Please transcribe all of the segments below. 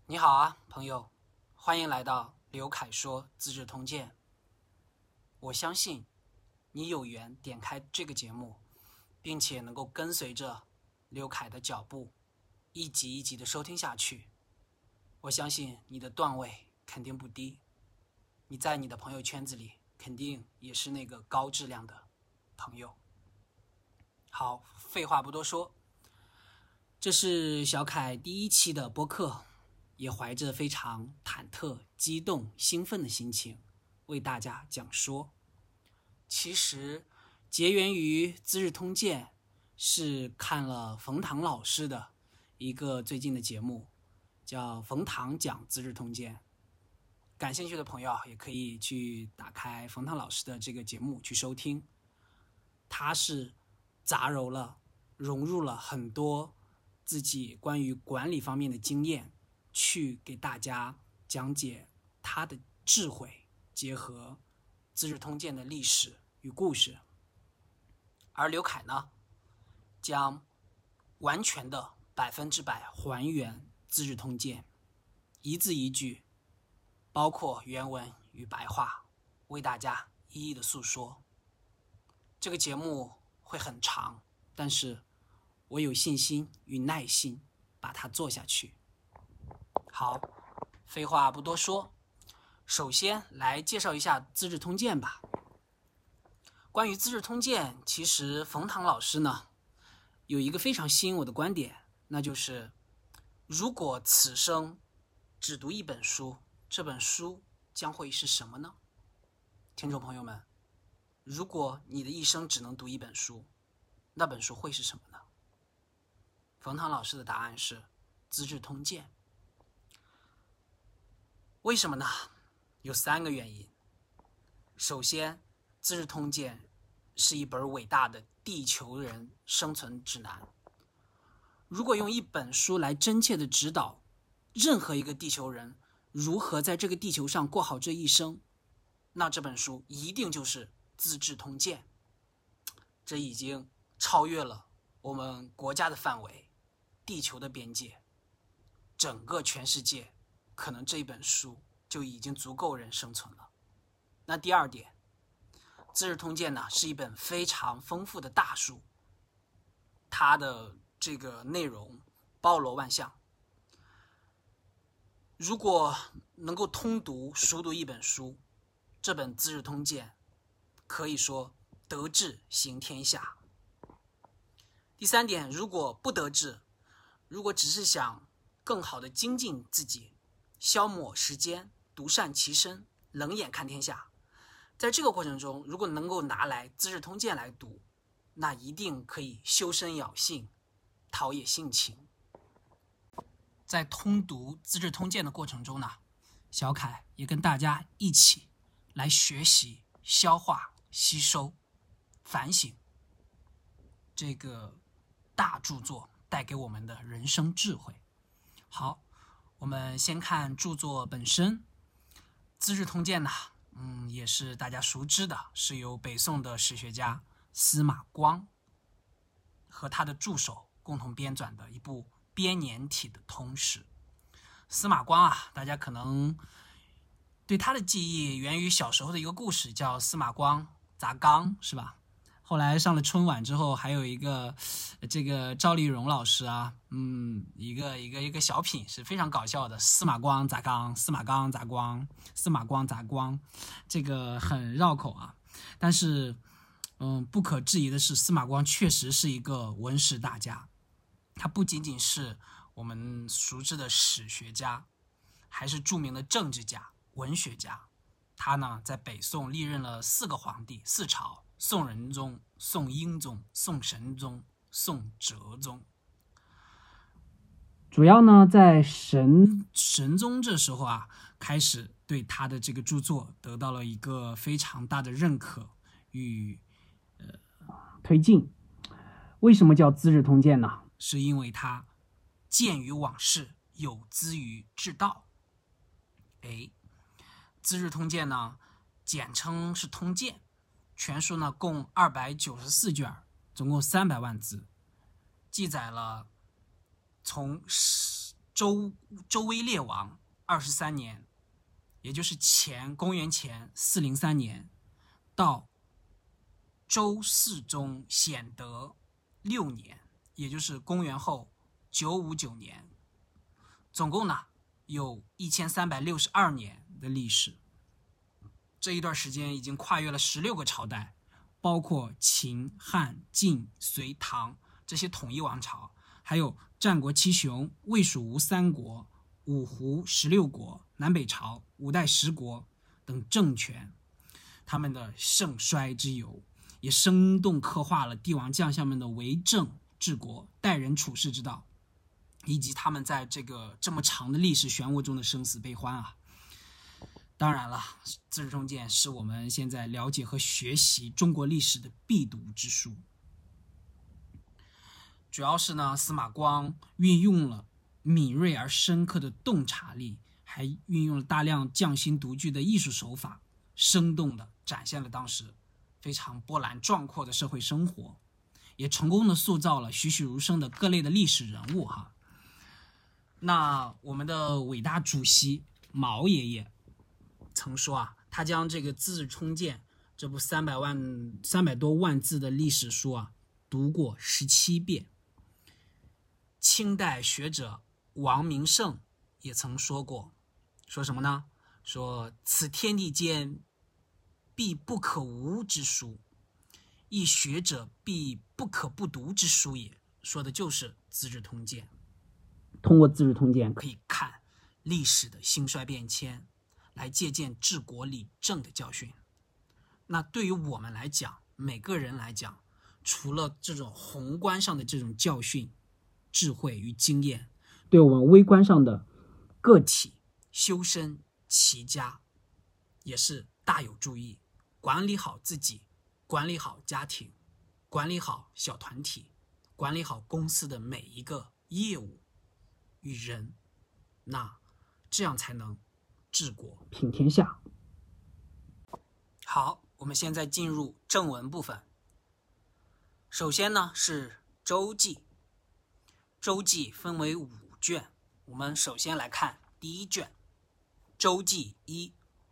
你好啊，朋友，欢迎来到刘凯说《资治通鉴》。我相信你有缘点开这个节目，并且能够跟随着刘凯的脚步，一集一集的收听下去。我相信你的段位肯定不低，你在你的朋友圈子里肯定也是那个高质量的朋友。好，废话不多说，这是小凯第一期的播客，也怀着非常忐忑、激动、兴奋的心情为大家讲说。其实结缘于《资治通鉴》，是看了冯唐老师的一个最近的节目，叫冯唐讲《资治通鉴》。感兴趣的朋友也可以去打开冯唐老师的这个节目去收听。他是融入了很多自己关于管理方面的经验，去给大家讲解他的智慧，结合《资治通鉴》的历史与故事。而刘凯呢，将完全的100%还原《资治通鉴》，一字一句，包括原文与白话，为大家一一的诉说。这个节目会很长，但是我有信心与耐心把它做下去。好，废话不多说，首先来介绍一下《资治通鉴》吧。关于《资治通鉴》，其实冯唐老师呢有一个非常吸引我的观点，那就是如果此生只读一本书，这本书将会是什么呢？听众朋友们，如果你的一生只能读一本书，那本书会是什么呢？冯唐老师的答案是《资治通鉴》。为什么呢？有3个原因。首先，《资治通鉴》是一本伟大的地球人生存指南。如果用一本书来真切的指导任何一个地球人如何在这个地球上过好这一生，那这本书一定就是《资治通鉴》。这已经超越了我们国家的范围，地球的边界，整个全世界可能这一本书就已经足够人生存了。那第二点，《资治通鉴》呢是一本非常丰富的大书，它的这个内容包罗万象。如果能够通读熟读一本书，这本《资治通鉴》可以说德智行天下。第3点，如果不得志，如果只是想更好的精进自己，消磨时间，独善其身，冷眼看天下，在这个过程中，如果能够拿来《资治通鉴》来读，那一定可以修身养性，陶冶性情。在通读《资治通鉴》的过程中呢，小凯也跟大家一起来学习、消化、吸收、反省这个大著作带给我们的人生智慧。好，我们先看著作本身。《资治通鉴》呢，也是大家熟知的，是由北宋的史学家司马光和他的助手共同编纂的一部编年体的通史。司马光啊，大家可能对他的记忆源于小时候的一个故事，叫司马光砸缸，是吧？后来上了春晚之后，还有一个这个赵丽蓉老师啊，一个小品是非常搞笑的，司马光砸缸，司马缸砸光，司马光砸光，这个很绕口啊。但是不可置疑的是，司马光确实是一个文史大家，他不仅仅是我们熟知的史学家，还是著名的政治家、文学家。他呢，在北宋历任了4个皇帝、4朝，宋仁宗、宋英宗、宋神宗、宋哲宗。主要呢，在神宗这时候啊，开始对他的这个著作得到了一个非常大的认可与推进。为什么叫《资治通鉴》呢？是因为它鉴于往事，有资于治道。《资治通鉴》呢，简称是通鉴，全书呢共294卷，总共300万字，记载了从周威烈王23年，也就是公元前403年，到周世宗显德6年，也就是公元后959年，总共呢有1362年的历史。这一段时间已经跨越了16个朝代，包括秦、汉、晋、隋、唐这些统一王朝，还有战国七雄、魏、蜀、吴三国、五胡16国、南北朝、五代十国等政权，他们的盛衰之由，也生动刻画了帝王将相们的为政治国、待人处世之道，以及他们在这么长的历史漩涡中的生死悲欢啊。当然了，《资治通鉴》是我们现在了解和学习中国历史的必读之书。主要是呢，司马光运用了敏锐而深刻的洞察力，还运用了大量匠心独具的艺术手法，生动地展现了当时非常波澜壮阔的社会生活，也成功地塑造了栩栩如生的各类的历史人物哈。那我们的伟大主席毛爷爷曾说啊，他将这个《资治通鉴》这部300多万字的历史书啊，读过17遍。清代学者王明胜也曾说过，说什么呢？说此天地间必不可无之书，亦学者必不可不读之书也。说的就是《资治通鉴》。通过《资治通鉴》可以看历史的兴衰变迁，来借鉴治国理政的教训。那对于我们来讲，每个人来讲，除了这种宏观上的这种教训、智慧与经验，对我们微观上的个体修身齐家也是大有注意。管理好自己，管理好家庭，管理好小团体，管理好公司的每一个业务与人，那这样才能治国平天下。好，我们现在进入正文部分。首先呢是周记。周记分为5卷，我们首先来看第1卷。周记1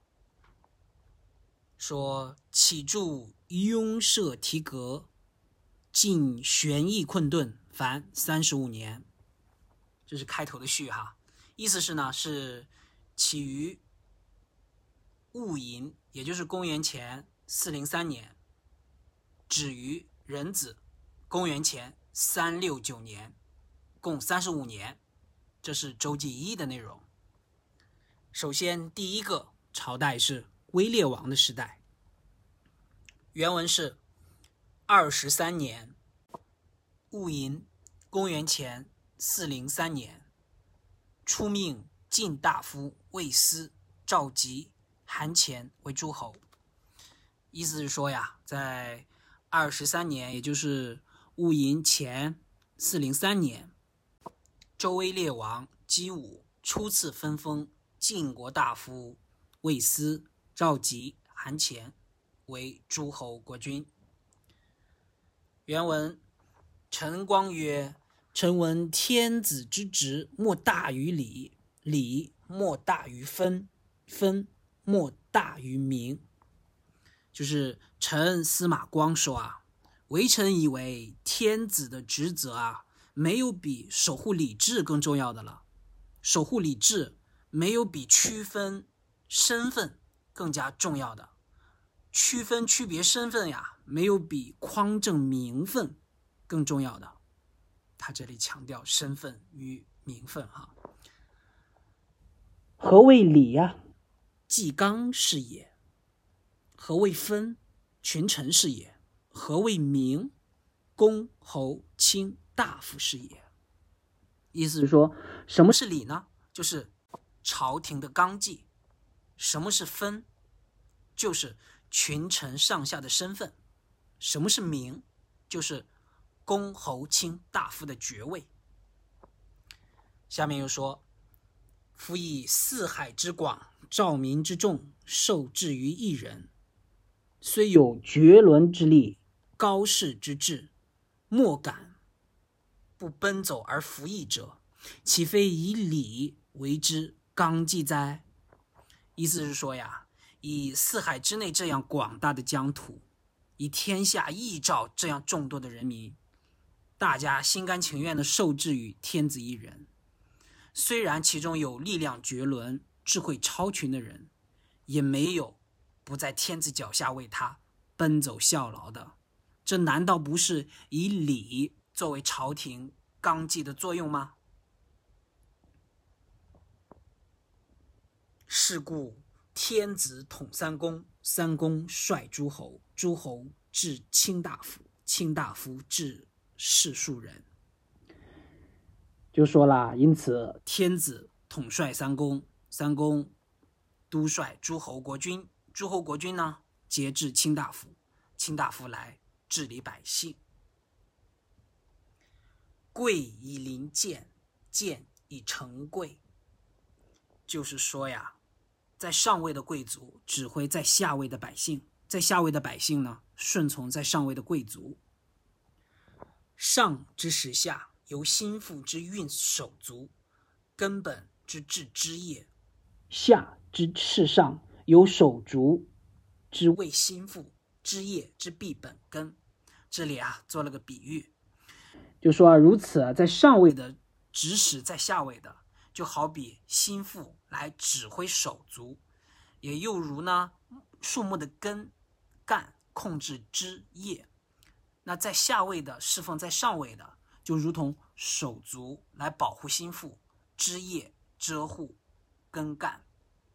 说，起筑雍社题阁，尽悬疑困顿，凡35年。这是开头的序哈，意思是呢，是起于戊寅，也就是公元前403年，止于壬子，公元前369年，共35年。这是周记1的内容。首先，第一个朝代是威烈王的时代。原文是23年戊寅，公元前403年，初命晋大夫魏斯、赵佶、韩虔为诸侯。意思是说呀，在23年，也就是戊寅前403年，周威烈王姬武初次分封晋国大夫魏斯、赵佶、韩虔为诸侯国君。原文：陈光曰：臣闻天子之职，莫大于礼，礼莫大于分，分莫大于名。就是臣司马光说啊，微臣以为天子的职责啊，没有比守护礼制更重要的了。守护礼制没有比区分身份更加重要的，区别身份呀，没有比匡正名分更重要的。他这里强调身份与名分哈。何谓礼呀？纪纲是也。何谓分？群臣是也。何谓名？公侯卿大夫是也。意思是说，什么是礼呢？就是朝廷的纲纪。什么是分？就是群臣上下的身份。什么是名？就是公侯卿大夫的爵位。下面又说，夫以四海之广，兆民之众，受制于一人，虽有绝伦之力，高士之志，莫敢不奔走而服役者， 岂非以礼为之纲纪哉？意思是说呀，以四海之内这样广大的疆土，以天下亿兆这样众多的人民，大家心甘情愿地受制于天子一人。虽然其中有力量绝伦、智慧超群的人，也没有不在天子脚下为他奔走效劳的。这难道不是以礼作为朝廷纲纪的作用吗？是故天子统三公，三公率诸侯，诸侯治卿大夫，卿大夫治士庶人。就说了，因此天子统帅三公，三公督率诸侯国君，诸侯国君呢节制卿大夫，卿大夫来治理百姓。贵以临贱，贱以成贵。就是说呀，在上位的贵族指挥在下位的百姓，在下位的百姓呢顺从在上位的贵族。上之使下，由心腹之运手足，根本之治枝叶；下之事上，由手足之为心腹，枝叶之必本根。这里做了个比喻，就说如此在上位的指使在下位的，就好比心腹来指挥手足，也又如呢树木的根干控制枝叶。那在下位的侍奉在上位的，就如同手足来保护心腹，枝叶遮护根干，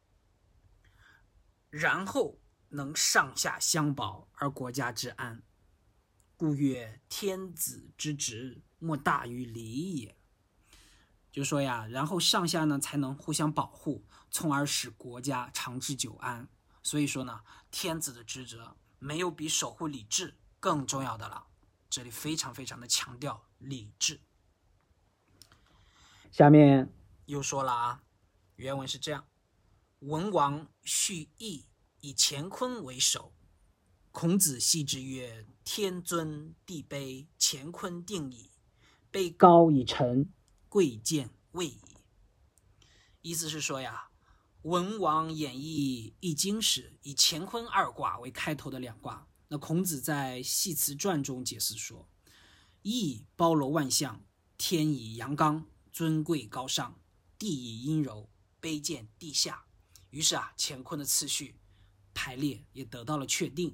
然后能上下相保而国家之安。故曰天子之职，莫大于礼也。就说呀，然后上下呢才能互相保护，从而使国家长治久安。所以说呢，天子的职责没有比守护礼制更重要的了。这里非常非常的强调礼制。下面又说了原文是这样：文王续义，以乾坤为首。孔子系之曰：天尊地卑，乾坤定矣。卑高以臣，贵贱位矣。意思是说呀，文王演绎易经时，以乾坤二卦为开头的两卦。那孔子在系辞传中解释说，易包罗万象，天以阳刚，尊贵高尚，地以阴柔，卑贱地下。于是乾坤的次序排列也得到了确定。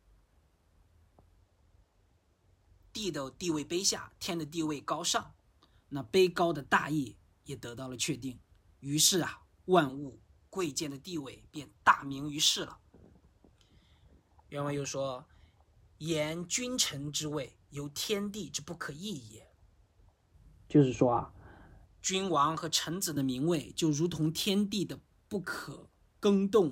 地的地位卑下，天的地位高尚，那卑高的大义也得到了确定。于是万物贵贱的地位便大明于世了。原文又说，言君臣之位，由天地之不可易也。就是说君王和臣子的名位就如同天地的不可更动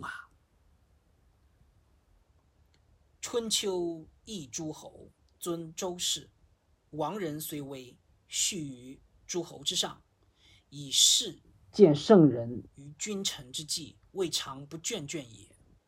春秋易诸侯，尊周氏，王人虽微，序于诸侯之上，以示见圣人于君臣之际，未尝不眷眷也。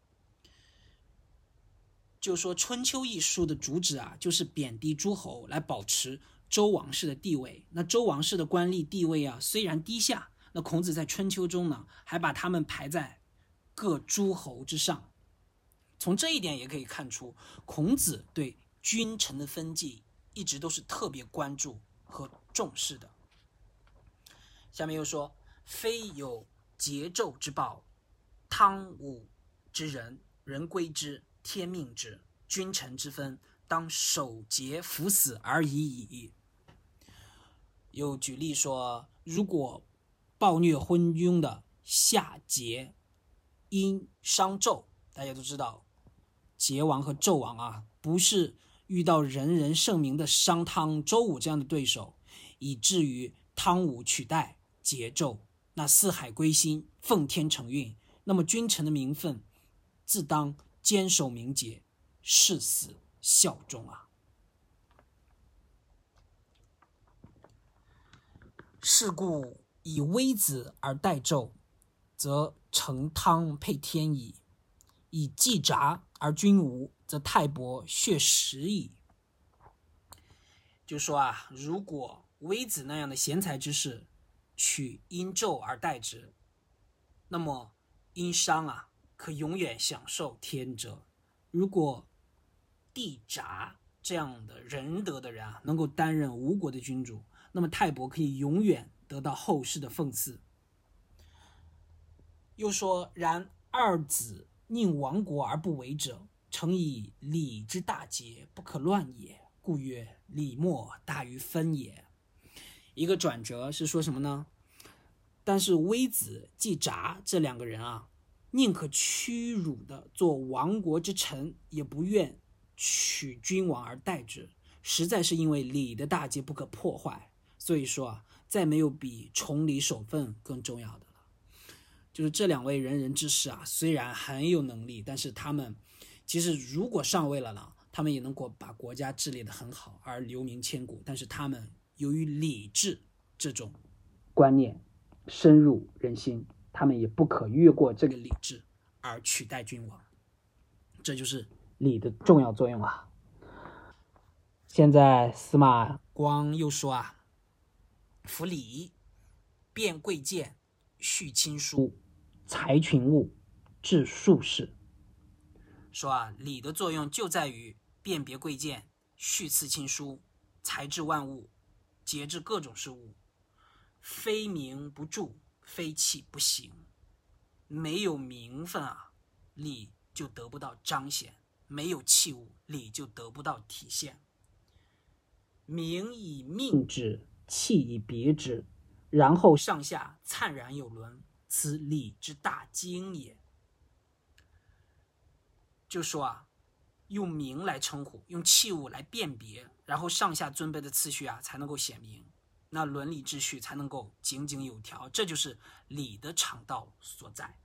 就说春秋一书的主旨就是贬低诸侯，来保持周王室的地位。那周王室的官吏地位虽然低下，那孔子在春秋中呢，还把他们排在各诸侯之上。从这一点也可以看出，孔子对君臣的分际一直都是特别关注和重视的。下面又说，非有桀纣之暴，汤武之人，人归之，天命之，君臣之分，当守节服死而已矣。又举例说，如果暴虐昏庸的夏桀因商纣，大家都知道桀王和纣王不是遇到人人盛名的商汤、周武这样的对手，以至于汤武取代桀纣，那四海归心，奉天承运，那么君臣的名分自当坚守名节，誓死效忠是故以微子而代纣，则成汤配天矣；以季札而君无，则泰伯血食矣。就说如果微子那样的贤才之士取因纣而代之，那么殷商可永远享受天泽。如果帝札这样的仁德的人能够担任吴国的君主，那么泰伯可以永远得到后世的奉祀。又说，然二子宁亡国而不为者，诚以礼之大节，不可乱也，故曰礼莫大于分也。一个转折是说什么呢？但是微子季札这两个人宁可屈辱的做亡国之臣，也不愿取君王而代之，实在是因为礼的大节不可破坏。所以说再没有比崇礼守分更重要的了。就是这两位仁人志士虽然很有能力，但是他们其实如果上位了呢，他们也能够把国家治理得很好，而留名千古。但是他们由于礼制这种观念深入人心，他们也不可越过这个礼制而取代君王。这就是礼的重要作用现在司马光又说夫礼，辨贵贱，续亲疏，裁群物，治术士。说礼的作用就在于辨别贵贱，续次亲疏，裁制万物，节制各种事物。非名不著，非器不行。没有名分礼就得不到彰显；没有器物，礼就得不到体现。名以命之，器以别之，然后上下灿然有伦，此礼之大精也。就说用名来称呼，用器物来辨别，然后上下尊卑的次序才能够显明，那伦理秩序才能够井井有条，这就是礼的常道所在。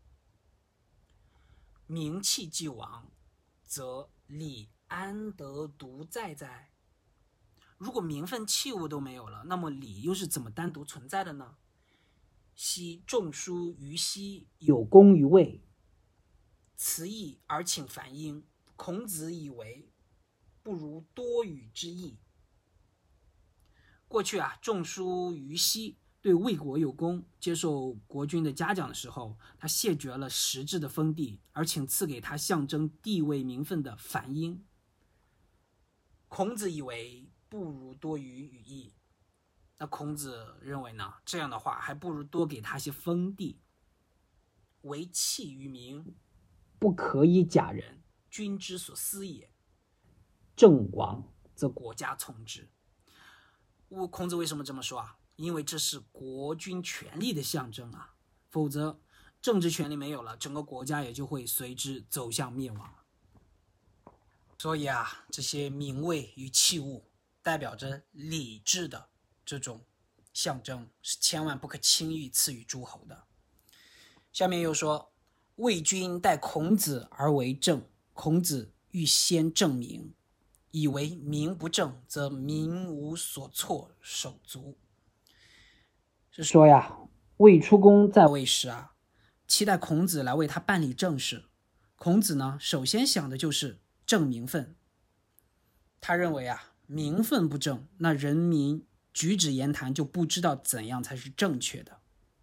名器既亡，则礼安得独在哉？如果名分器物都没有了，那么礼又是怎么单独存在的呢？昔仲舒于西，有功于魏，辞义而请繁英，孔子以为不如多语之意。过去仲舒于西对魏国有功，接受国君的嘉奖的时候，他谢绝了实质的封地，而请赐给他象征地位名分的繁英。孔子以为不如多语义，那孔子认为呢，这样的话还不如多给他些封地。为器于民，不可以假人，君之所思也。政亡则国家从之。孔子为什么这么说因为这是国君权力的象征否则政治权力没有了，整个国家也就会随之走向灭亡。所以这些名位与器物代表着礼制的这种象征，是千万不可轻易赐予诸侯的。下面又说，魏君待孔子而为政，孔子欲先正名，以为名不正，则民无所措手足。是说魏出公在位时期待孔子来为他办理政事。孔子呢，首先想的就是正名分。他认为名分不正，那人民举止言谈就不知道怎样才是正确的。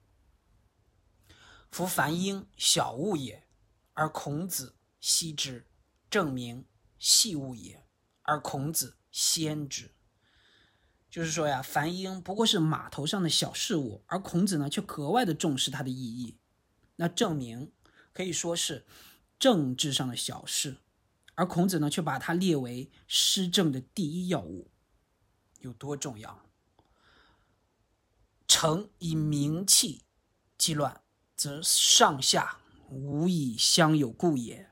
夫繁英，小物也，而孔子惜之；正名，细物也，而孔子先之。就是说繁英不过是码头上的小事物，而孔子呢却格外的重视它的意义。那正名可以说是政治上的小事，而孔子呢却把它列为施政的第一要务。有多重要？诚以名器既乱，则上下无以相有故也。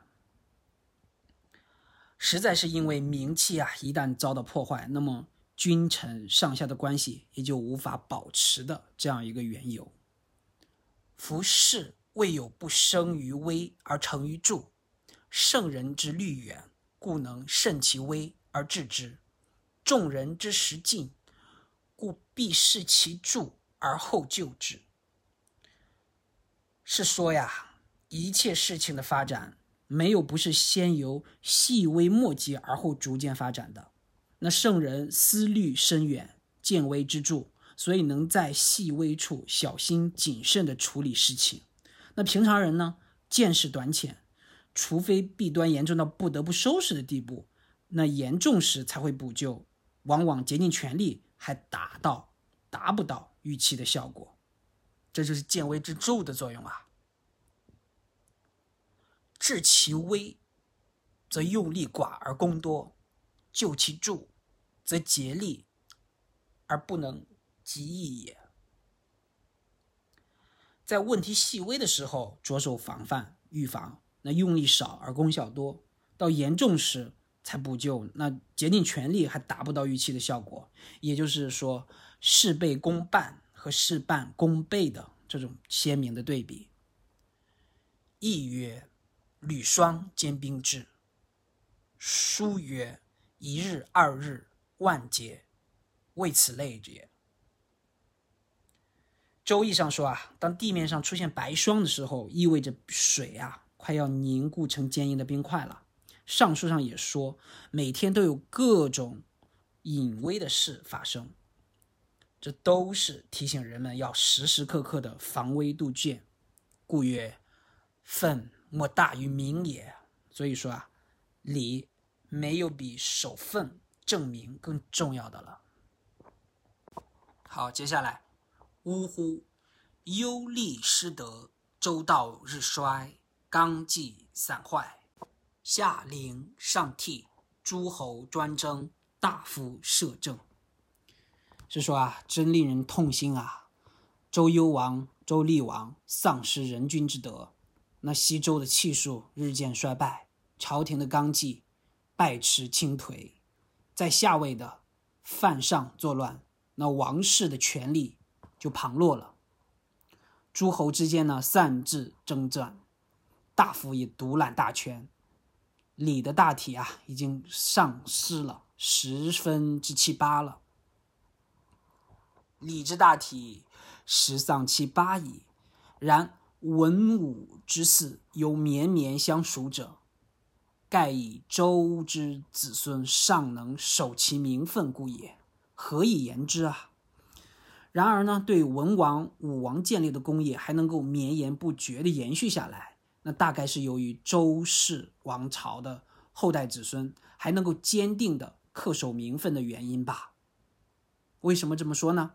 实在是因为名器一旦遭到破坏，那么君臣上下的关系也就无法保持的这样一个缘由。夫士未有不生于微而成于著，圣人之虑远，故能慎其微而治之；众人之识近，故必视其著而后救之。是说一切事情的发展，没有不是先由细微末节而后逐渐发展的。那圣人思虑深远，见微知著， 所以能在细微处小心谨慎地处理事情。那平常人呢，见识短浅，除非弊端严重到不得不收拾的地步，那严重时才会补救，往往竭尽全力还达不到预期的效果。这就是见微知著的作用啊。治其微，则用力寡而功多；救其助，则竭力而不能及义也。在问题细微的时候着手防范预防，那用力少而功效多；到严重时才补救，那竭尽全力还达不到预期的效果。也就是说，事倍功半和事半功倍的这种鲜明的对比。亦曰：履霜坚冰至。书曰：一日二日万劫，为此类也。周易上说啊，当地面上出现白霜的时候，意味着水啊快要凝固成坚硬的冰块了。上书上也说，每天都有各种隐微的事发生，这都是提醒人们要时时刻刻的防微杜渐。故曰：愤莫大于明也。所以说啊，礼没有比守分正名更重要的了。好，接下来，呜呼，忧利失德，周道日衰，纲纪散坏，下陵上替，诸侯专争，大夫摄政。是说啊，真令人痛心啊！周幽王、周厉王丧失人君之德，那西周的气数日渐衰败，朝廷的纲纪败弛倾颓，在下位的犯上作乱，那王室的权力就旁落了。诸侯之间呢擅自征战，大夫也独揽大权，礼的大体啊已经丧失了7/10了。礼之大体，实丧其八矣。然文武之事，有绵绵相属者，盖以周之子孙尚能守其名分故也，何以言之啊？然而呢，对文王、武王建立的功业还能够绵延不绝地延续下来，那大概是由于周氏王朝的后代子孙还能够坚定地恪守名分的原因吧。为什么这么说呢？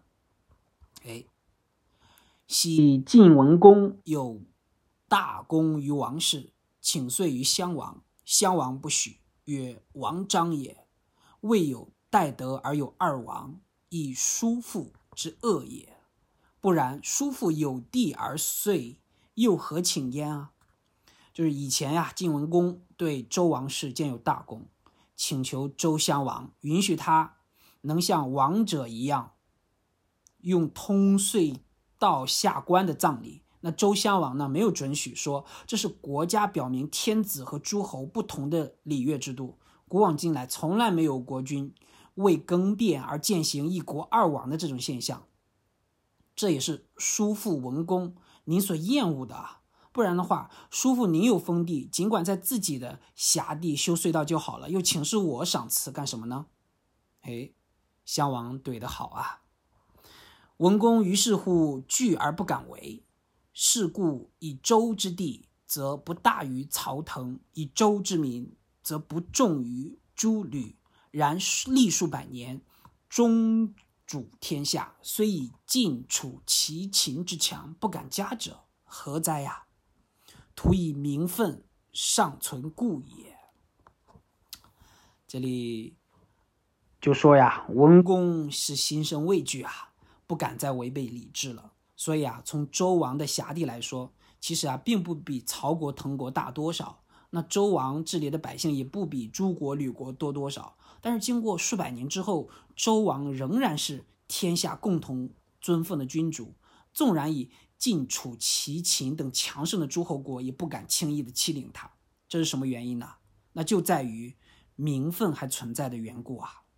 昔晋文公有大功于王室，请遂于襄王，襄王不许，曰：王章也。未有待德而有二王，亦叔父之恶也。不然，叔父有弟而遂，又何请焉啊？就是以前呀，晋文公对周王室建有大功，请求周襄王允许他能像王者一样用通隧道下官的葬礼。那周襄王呢没有准许，说这是国家表明天子和诸侯不同的礼乐制度，古往今来从来没有国君为更变而践行一国二王的这种现象。这也是叔父文公您所厌恶的啊。不然的话，叔父您有封地，尽管在自己的辖地修隧道就好了，又请示我赏赐干什么呢？襄王怼得好啊。文公于是乎惧而不敢为，是故以周之地，则不大于曹腾；以周之民，则不重于诸吕。然历数百年，中主天下，虽以晋楚齐秦之强，不敢加者，何哉呀？徒以名分尚存故也。这里就说呀，文公是心生畏惧啊，不敢再违背礼制了。所以啊，从周王的辖地来说，其实啊并不比曹国、滕国大多少。那周王治理的百姓也不比诸国、吕国多多少。但是经过数百年之后，周王仍然是天下共同尊奉的君主，纵然以晋、楚、齐、秦等强盛的诸侯国也不敢轻易的欺凌他。这是什么原因呢？那就在于名分还存在的缘故啊。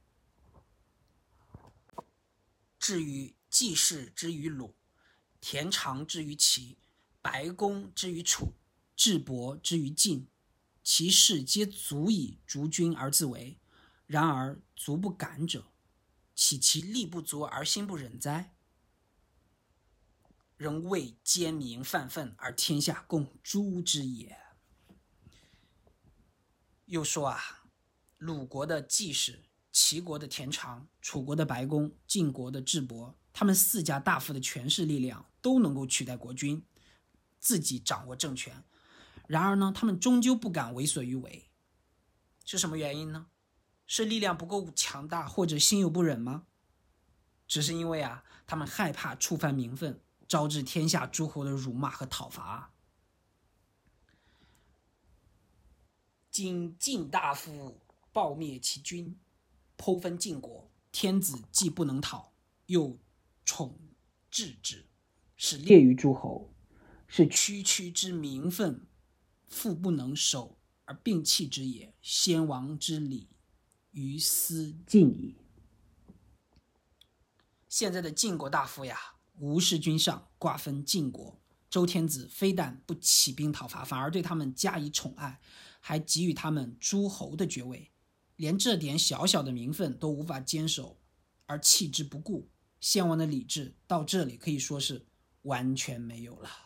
至于季氏之于鲁，田常之于齐，白公之于楚，智伯之于晋，其事皆足以逐君而自为，然而足不敢者，岂其力不足而心不忍哉？ 仍为奸民犯愤，而天下共诛之也。又说鲁国的季氏、齐国的田常、楚国的白公、晋国的智伯，他们4家大夫的权势力量都能够取代国君，自己掌握政权。然而呢，他们终究不敢为所欲为，是什么原因呢？是力量不够强大，或者心有不忍吗？只是因为他们害怕触犯名分，招致天下诸侯的辱骂和讨伐。今晋大夫暴灭其君，剖分晋国，天子既不能讨，又宠治之，使列于诸侯，是区区之名分，复不能守而并弃之也。先王之礼，于斯尽矣。现在的晋国大夫无视君上，瓜分晋国。周天子非但不起兵讨伐，反而对他们加以宠爱，还给予他们诸侯的爵位，连这点小小的名分都无法坚守，而弃之不顾。先王的理智到这里可以说是完全没有了。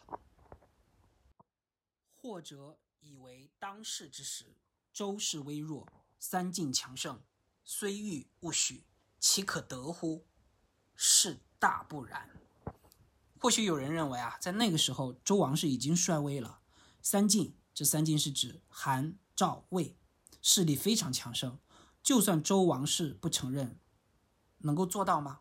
或者以为当世之时，周氏微弱，三晋强盛，虽欲勿许，其可得乎？是大不然。或许有人认为在那个时候周王室已经衰微了，三晋，这三晋是指韩、赵、魏，势力非常强盛，就算周王室不承认，能够做到吗？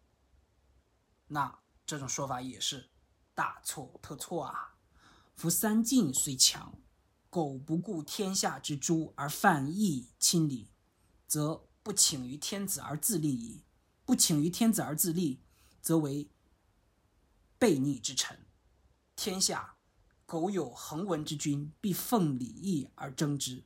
那这种说法也是大错特错夫三晋虽强，苟不顾天下之诸而犯义亲礼，则不请于天子而自立矣。不请于天子而自立，则为悖逆之臣。天下苟有恒文之君，必奉礼义而争之。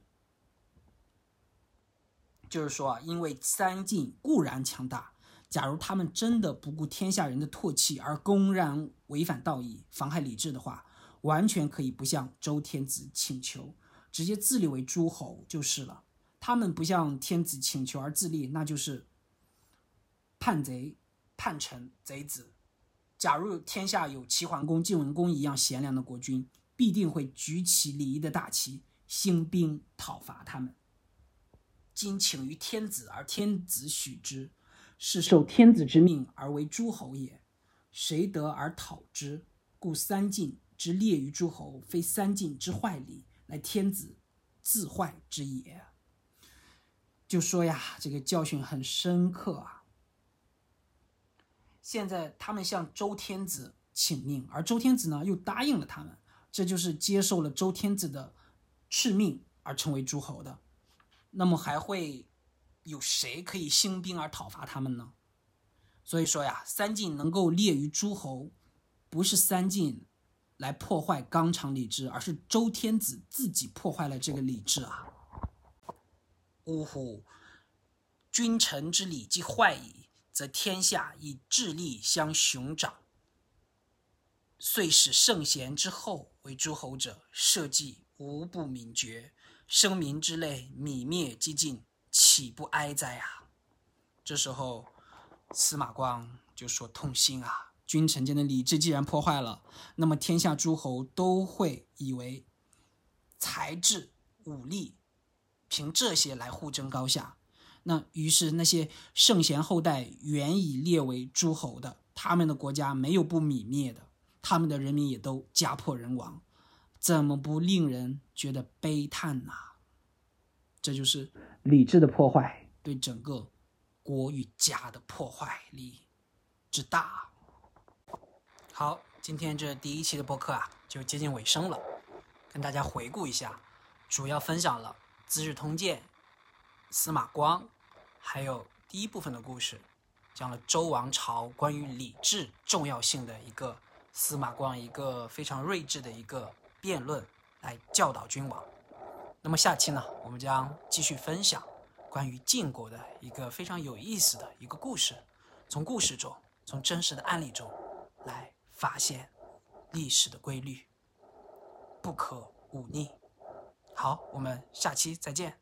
就是说因为三晋固然强大，假如他们真的不顾天下人的唾弃而公然违反道义，妨害礼制的话，完全可以不向周天子请求，直接自立为诸侯就是了。他们不向天子请求而自立，那就是叛贼、叛臣、贼子。假如天下有齐桓公、晋文公一样贤良的国君，必定会举起礼义的大旗，兴兵讨伐他们。今请于天子而天子许之，是受天子之命而为诸侯也，谁得而讨之？故三晋之列于诸侯，非三晋之坏礼，乃天子自坏之也。就说这个教训很深刻现在他们向周天子请命，而周天子呢又答应了他们，这就是接受了周天子的敕命而成为诸侯的。那么还会有谁可以兴兵而讨伐他们呢？所以说三晋能够列于诸侯，不是三晋来破坏纲常礼制，而是周天子自己破坏了这个礼制呜呼！君臣之礼既坏矣，则天下以智力相雄长。遂使圣贤之后为诸侯者，社稷无不泯绝，生民之类泯灭几尽，岂不哀哉这时候司马光就说痛心君臣间的礼制既然破坏了，那么天下诸侯都会以为才智、武力，凭这些来互争高下。那于是那些圣贤后代原已列为诸侯的，他们的国家没有不泯灭的，他们的人民也都家破人亡，怎么不令人觉得悲叹这就是礼制的破坏对整个国与家的破坏力之大。好，今天这第一期的播客就接近尾声了，跟大家回顾一下，主要分享了《资治通鉴》、司马光，还有第一部分的故事，讲了周王朝关于礼制重要性的一个司马光一个非常睿智的一个辩论，来教导君王。那么下期呢，我们将继续分享关于晋国的一个非常有意思的一个故事，从故事中，从真实的案例中来发现历史的规律，不可忤逆。好，我们下期再见。